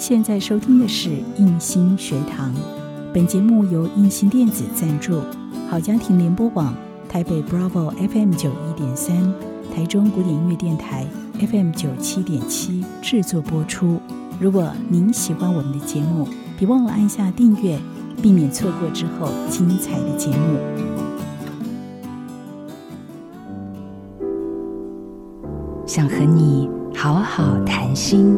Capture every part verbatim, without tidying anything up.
现在收听的是映心学堂，本节目由映心电子赞助，好家庭联播网台北 Bravo F M 九一点三，台中古典音乐电台 F M 九七点七制作播出。如果您喜欢我们的节目，别忘了按下订阅，避免错过之后精彩的节目。想和你好好谈心。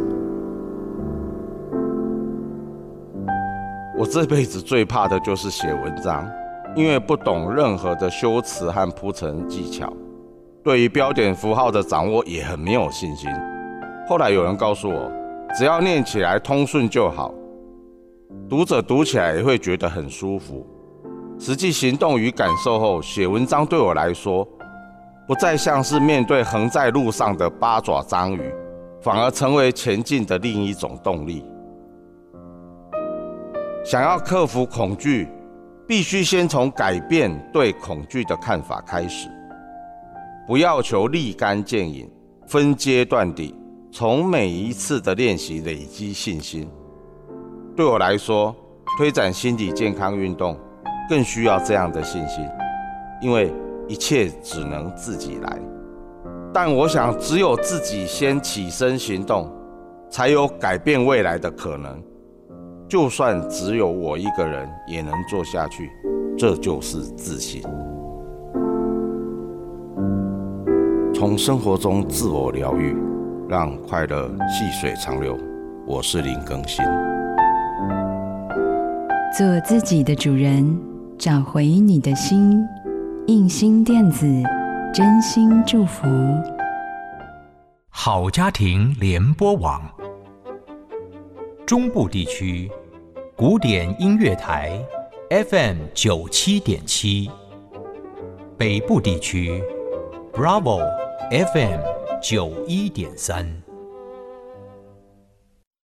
我这辈子最怕的就是写文章，因为不懂任何的修辞和铺陈技巧，对于标点符号的掌握也很没有信心。后来有人告诉我，只要念起来通顺就好，读者读起来也会觉得很舒服。实际行动与感受后，写文章对我来说，不再像是面对横在路上的八爪章鱼，反而成为前进的另一种动力。想要克服恐惧，必须先从改变对恐惧的看法开始，不要求立竿见影，分阶段地从每一次的练习累积信心。对我来说，推展心理健康运动更需要这样的信心，因为一切只能自己来。但我想，只有自己先起身行动，才有改变未来的可能。就算只有我一个人也能做下去，这就是自信。从生活中自我疗愈，让快乐细水长流。我是林更新。 做自己的主人，找回你的心。映心电子，真心祝福。 好家庭联播网，中部地区古典音乐台 F M 九七点七，北部地区 Bravo F M 九一点三。